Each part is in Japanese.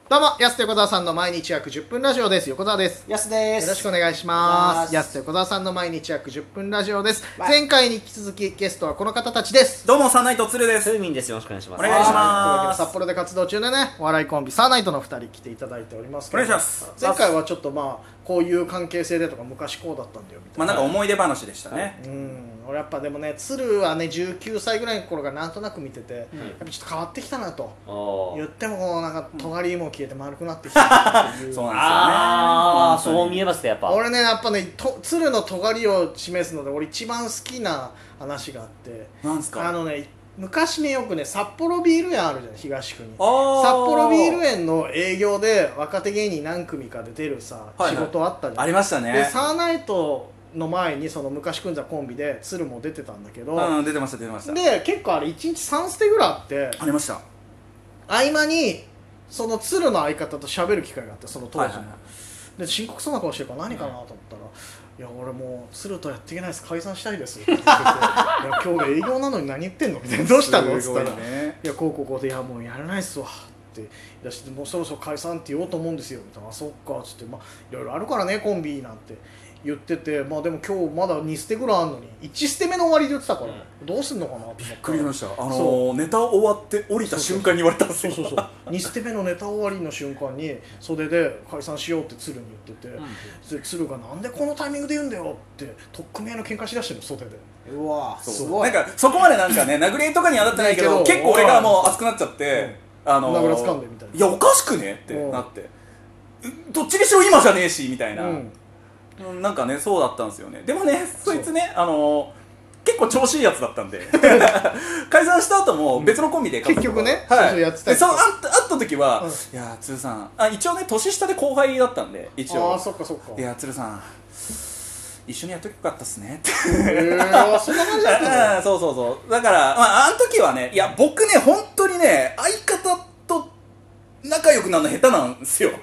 どうも、やすと横澤さんの毎日約10分ラジオです。横澤です。 やすです。 よろしくお願いします。やすと横澤さんの毎日約10分ラジオです。前回に引き続きゲストはこの方たちです。 どうも、サンナイトツルです。 ふうみんです。よろしくお願いします。 お願いします。 札幌で活動中でね、お笑いコンビサーナイトの2人来ていただいておりますけど、 お願いします。 前回はちょっとこういう関係性でとか昔こうだったんだよみたいな。 なんか思い出話でしたね。 俺やっぱでもね、鶴はね19歳ぐらいの頃からなんとなく見てて、やっぱちょっと変わってきたなと言ってもなんか尖りも消えて丸くなってきたっていう。 そうなんですよね。 そう見えますね、やっぱ。 俺ね、やっぱね、鶴の尖りを示すので俺一番好きな話があって、 なんすか。 昔ね、よくね、札幌ビール園あるじゃん、東区に。札札幌ビール園の営業で若手芸人何組かで出るさ、 はいはい仕事あったじゃん。 ありましたね。 でサーナイトの前にその昔組んだコンビで鶴も出てたんだけど、 出てました出てました。 で結構あれ1日3ステぐらいあって、 ありました。 合間にその鶴の相方と喋る機会があって、その当時、 はいはいはいで深刻そうな顔してるから何かなと思ったら、いや俺もう鶴とやっていけないです、解散したいですって言ってていや今日営業なのに何言ってんのみたいな、どうしたのっつったら、 ね、 いやこうで、いやもうやらないっすわって言い出して、もうそろそろ解散って言おうと思うんですよみたいな、あそっかっつって、いろいろあるからねコンビなんて言ってて、でも今日まだ2ステぐらいあるのに1ステ目の終わりで言ってたから、どうすんのかなと思って。 びっくりしました。ネタ終わって降りた瞬間に言われたんですよ。 そう2ステ目のネタ終わりの瞬間に袖で解散しようって鶴に言ってて、で鶴がなんでこのタイミングで言うんだよって取っ組み合いの喧嘩しだしてるの、袖で。 うわそうすごい。 なんかそこまでなんかね殴り合いとかにはなってないけど、結構俺がもう熱くなっちゃって、 殴らつかんでみたいな、 いやおかしくねってなって、どっちにしろ今じゃねえしみたいな、なんかねそうだったんですよね。でもねそいつね結構調子いいやつだったんで解散した後も別のコンビで結局ね、 はい、 そうやってたりで会った時は、いや鶴さん一応ね年下で後輩だったんで、一応あそっかそっか、 いや鶴さん一緒にやっときゃよかったっすねってそんな感じだったのそうだからあの時はね、いや僕ね本当にね相方と仲良くなるの下手なんですよ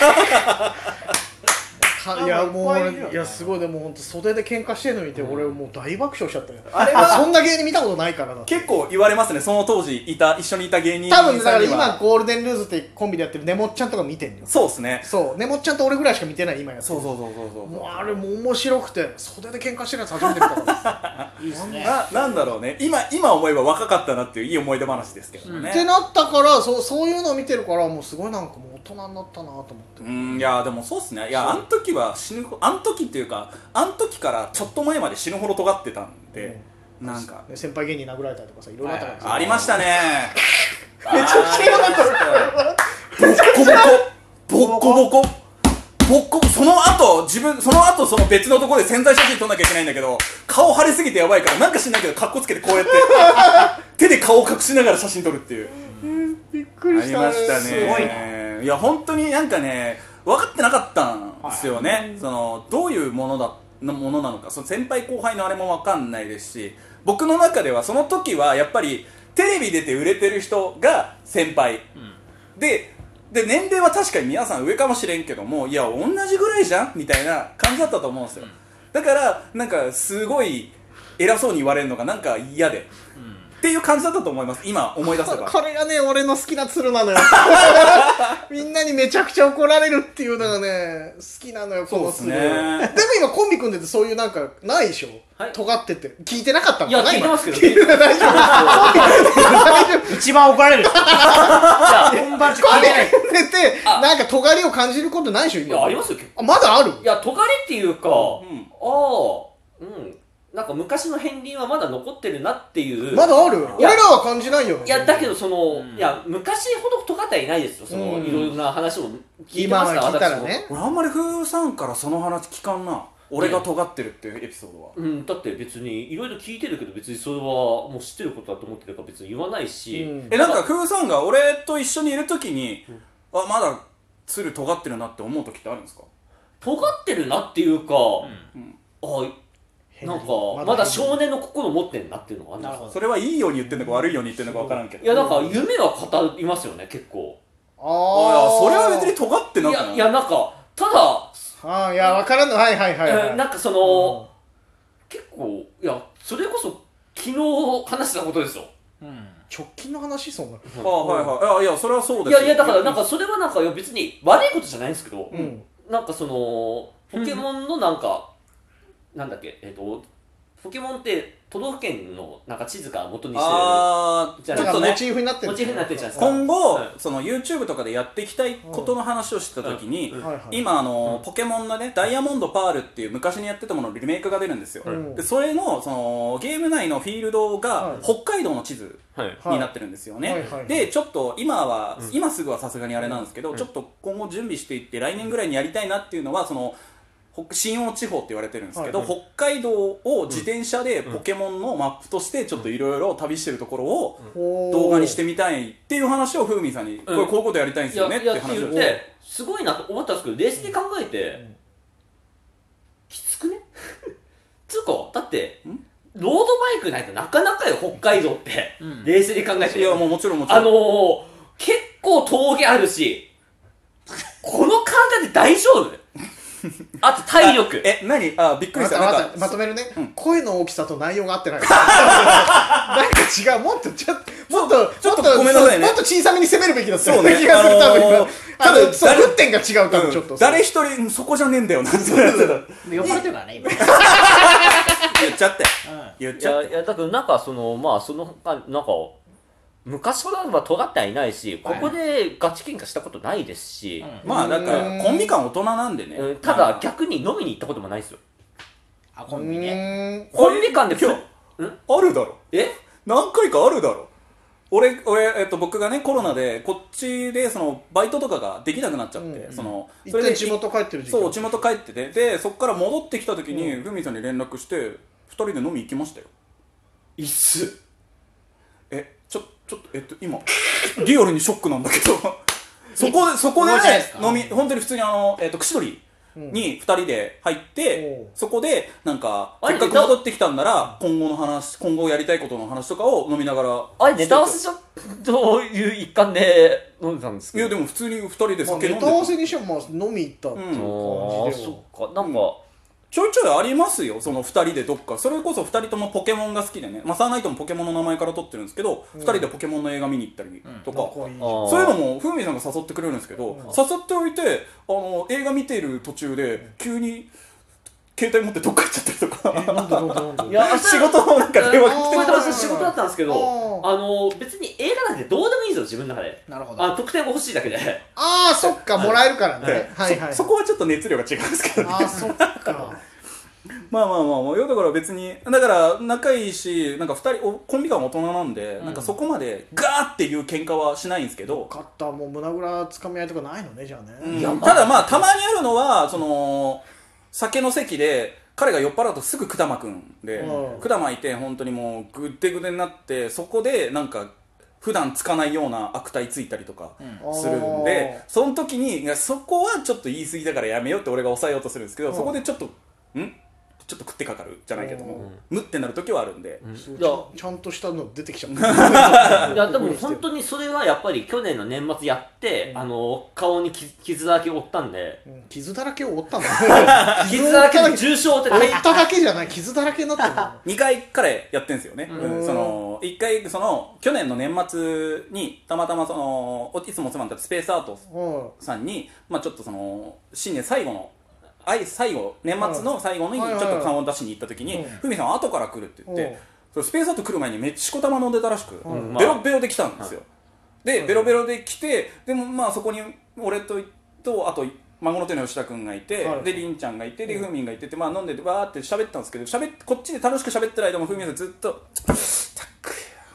いやもう俺、いやすごい、でも本当袖で喧嘩してるの見て、俺もう大爆笑しちゃったよ。 あれはそんな芸人見たことないからだって。 結構言われますね、その当時一緒にいた芸人多分だからさんには。 今ゴールデンルーズってコンビでやってるねもっちゃんとか見てんのよ。 そうですね。 そうねもっちゃんと俺ぐらいしか見てない今やってる。 そうもうあれも面白くて、袖で喧嘩してるやつ初めて見たからいいですね。 なんだろうね、今思えば若かったなっていういい思い出話ですけどね。 ってなったから、そういうのを見てるから、もうすごいなんかもう大人になったなと思って。 いやでもそうっすね。いやあの時はあの時っていうかあの時からちょっと前まで死ぬほど尖ってたんで、なんか先輩芸人殴られたりとかさ、いろいろあったからさ、 ありましたね。 めちゃくちゃ嫌だったボッコボコその後その別のところで潜在写真撮んなきゃいけないんだけど、顔腫れすぎてやばいからなんか知んないけどカッコつけてこうやって手で顔を隠しながら写真撮るっていうびっくりしたね。 ありましたね。 すごいな。 いや本当になんかね分かってなかったんですよね、そのどういうものなのか、その先輩後輩のあれも分かんないですし、僕の中ではその時はやっぱりテレビ出て売れてる人が先輩、で年齢は確かに皆さん上かもしれんけども、いや同じぐらいじゃんみたいな感じだったと思うんですよ、だからなんかすごい偉そうに言われるのがなんか嫌で、っていう感じだったと思います、今思い出せば。 これがね俺の好きな鶴なのよみんなにめちゃくちゃ怒られるっていうのがね好きなのよ、この鶴。 そうっすね。 でも今コンビ組んでてそういうなんかないでしょ、 はい、 尖ってて聞いてなかったのかな。 いや聞いてますけど、 大丈夫一番怒られるじゃあ本番中聞いてない。 コンビ組んでてなんか尖りを感じることないでしょ今。 いやありますよ結構。 まだある。 いや尖りっていうか、なんか昔の片鱗はまだ残ってるなっていう。 まだある。俺らは感じないよね。 いやだけどいや昔ほど尖ってはいないですよ。いろいろな話も聞いてますから。 今聞いたらね。 俺あんまり風さんからその話聞かんな。俺が尖ってるっていうエピソードは。 だって別にいろいろ聞いてるけど、別にそれはもう知ってることだと思ってるから別に言わないし。 なんか風さんが俺と一緒にいるときに、まだ鶴尖ってるなって思う時ってあるんですか？ 尖ってるなっていうか、なんかまだ少年の心を持ってんなっていうのがあるんですよ。 それはいいように言ってんのか悪いように言ってんのか分からんけど。 いやなんか夢は語りますよね結構。 それは別に尖ってなくない？ いやなんかただいや分からんの。はいなんか結構いやそれこそ昨日話したことですよ。 直近の話そんなはいはい。いやそれはそうですよ。 いやだからなんかそれはなんか別に悪いことじゃないんですけど、なんかそのポケモンのなんか、なんだっけポケモンって都道府県のなんか地図から元にしてるちょっとねモチーフになってるじゃないですか。 今後、その YouTube とかでやっていきたいことの話をしてた時に、今ポケモンのねダイヤモンドパールっていう昔にやってたもののリメイクが出るんですよ、でそれのそのゲーム内のフィールドが北海道の地図になってるんですよね、でちょっと今すぐはさすがにあれなんですけど、ちょっと今後準備していって来年ぐらいにやりたいなっていうのはその信用地方って言われてるんですけど、北海道を自転車でポケモンのマップとしてちょっといろいろ旅してるところを動画にしてみたいっていう話をふうみんさんにこういうことやりたいんですよねって話をして、 すごいなと思ったんですけど、冷静に考えてきつくねつうかだってロードバイクないとなかなかよ北海道って冷静に考えて。 いやもちろん結構峠あるし、この体で大丈夫あと体力。 何びっくりした。 まとめるね、声の大きさと内容が合ってないなんか違う、もっとごめんなさいね、 もっと小さめに攻めるべきだったそうね気がする。多分沸点が違う、多分ちょっと誰一人そこじゃねえんだよなって酔っ払ってるからね今言っちゃって言っちゃって。 いやだからなんかそのなんか昔ほどは尖ってはいないし、ここでガチ喧嘩したことないですし、 まあだからコンビ感大人なんでね。 ただ逆に飲みに行ったこともないですよ。 コンビね。 コンビ間で今日あるだろ。何回かあるだろ。俺僕がねコロナでこっちでそのバイトとかができなくなっちゃって、それで地元帰ってる時期。 そう地元帰ってて、でそこから戻ってきた時にふみさんに連絡して2人で飲み行きましたよ。 いっす。 ちょっと今リアルにショックなんだけどそこでね飲み本当に普通に串取りに2人で入って、そこでなんかせっかく戻ってきたんなら今後やりたいことの話とかを飲みながら。 あれネタ合わせという一環で飲んでたんですけど。 いやでも普通に2人で酒飲んでネタ合わせにしても飲み行ったっていう感じで。 そっか、なんかちょいちょいありますよ、その2人でどっか。それこそ2人ともポケモンが好きでね、サーナイトもポケモンの名前から取ってるんですけど、2人でポケモンの映画見に行ったりとか、そういうのもふみさんが誘ってくれるんですけど、誘っておいて映画見ている途中で急に携帯持ってどっか行っちゃったりとかいや仕事のなんか電話来てこれ仕事だったんですけど、別に映画なんてどうでもいいんですよ自分の中で。 なるほど。 得点が欲しいだけで。 ああそっか、もらえるからね。 そこはちょっと熱量が違うんですけどね。 ああそっかまあだから別にだから仲いいし、なんか2人コンビが大人なんで、なんかそこまでガーっていう喧嘩はしないんですけど。 勝ったもう胸ぐらつかみ合いとかないのねじゃあね。 ただまあたまにあるのはその酒の席で彼が酔っ払うとすぐくだまくんで、くだまいて本当にもうぐってぐでになって、そこでなんか普段つかないような悪態ついたりとかするんで、その時にそこはちょっと言い過ぎだからやめようって俺が抑えようとするんですけど、そこでちょっとちょっと食ってかかるじゃないけども、むってなる時はあるんで、 ちゃんとしたの出てきちゃったいやでも本当にそれはやっぱり去年の年末やって、顔に傷だらけを負ったんで、 傷だらけを負ったの傷だらけの重傷って負っただけじゃない、傷だらけになってるの 2回彼やってんですよね。その1回去年の年末にたまたまいつもお世話になったスペースアートさんに、ちょっと新年最後の年末の最後にちょっと顔を出しに行った時に、ふみさんは後から来るって言って、スペースアート来る前にめっちゃしこたま飲んでたらしく、ベロベロで来たんですよ。でベロベロで来て、でもそこに俺とあと孫の手の吉田君がいて、でりんちゃんがいて、でふみんがいてて、飲んでてわーって喋ったんですけど、こっちで楽しく喋ってる間もふみさんずっと「タック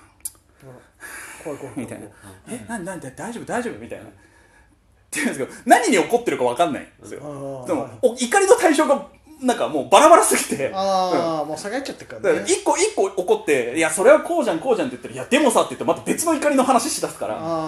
や」みたいな「なんで大丈夫」みたいな。って言うんですけど、何に怒ってるか分かんないんですよ。でも怒りの対象がなんかもうバラバラすぎて、 もう下がっちゃってるからね。 一個怒って「いやそれはこうじゃんって言ったら「いやでもさ」って言ってまた別の怒りの話しだすから、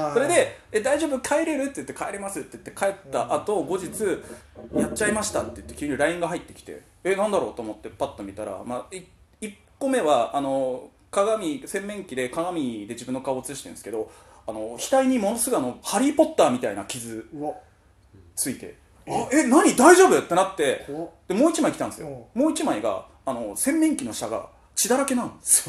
それで「大丈夫帰れる?」って言って「帰れます」って言って帰った後、後日「やっちゃいました」って言って急に LINE が入ってきて、なんだろうと思ってパッと見たら、1個目は洗面器で鏡で自分の顔を映してるんですけど、額にものすごいハリー・ポッターみたいな傷ついて、何大丈夫ってなって、でもう一枚来たんですよ。もう一枚が洗面器の下が血だらけなんですよ。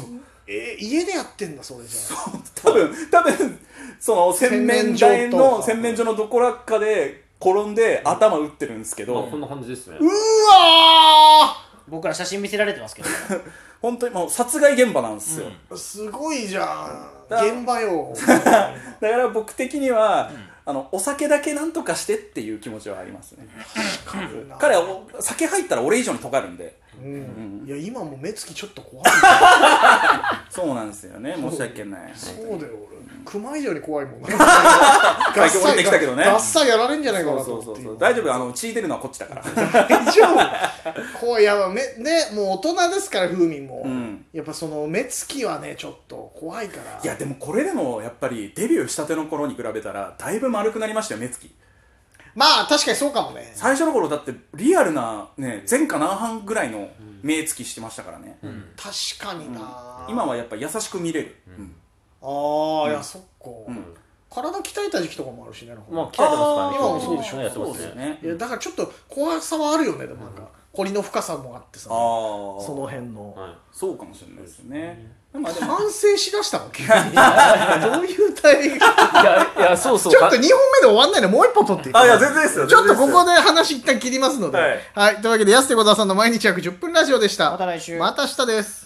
家でやってんだそれじゃあ。 多分その洗面台の洗面所のどこらかで転んで頭打ってるんですけど、 こんな感じですね。 うわ僕ら写真見せられてますけど本当にもう殺害現場なんですよ、 ーすごいじゃんだ現場よだから僕的には、お酒だけなんとかしてっていう気持ちはありますね。彼は酒入ったら俺以上に尖るんで、 いや今も目つきちょっと怖いそうなんですよね、申し訳ない。 そうだよ俺熊以上に怖いもんね最近降りてきたけどね、 ガッサリやられんじゃないかなとそう思って大丈夫、血出るのはこっちだから大丈夫怖いやばねもう大人ですから風味も、やっぱその目つきはねちょっと怖いから。 いやでもこれでもやっぱりデビューしたての頃に比べたらだいぶ丸くなりましたよ、目つき。 まあ確かにそうかもね。 最初の頃だってリアルなね前科何半ぐらいの目つきしてましたからね、 確かにな、 今はやっぱ優しく見れる、 ああ、いやそっか、体鍛えた時期とかもあるしね。 まあ鍛えてますからね。 今もそうでしょ。 やってますね。 いやだからちょっと怖さはあるよね。でもなんか彫りの深さもあってさ、その辺のそうかもしれないですね。まあでも反省しだしたの急にどういうタイミングいやそうそう。 ちょっと2本目で終わんないのでもう1本取っていいかな。 いや全然ですよ。 ちょっとここで話一旦切りますので、 はいはい、というわけで安手小沢さんの毎日約10分ラジオでした。 また来週また明日です。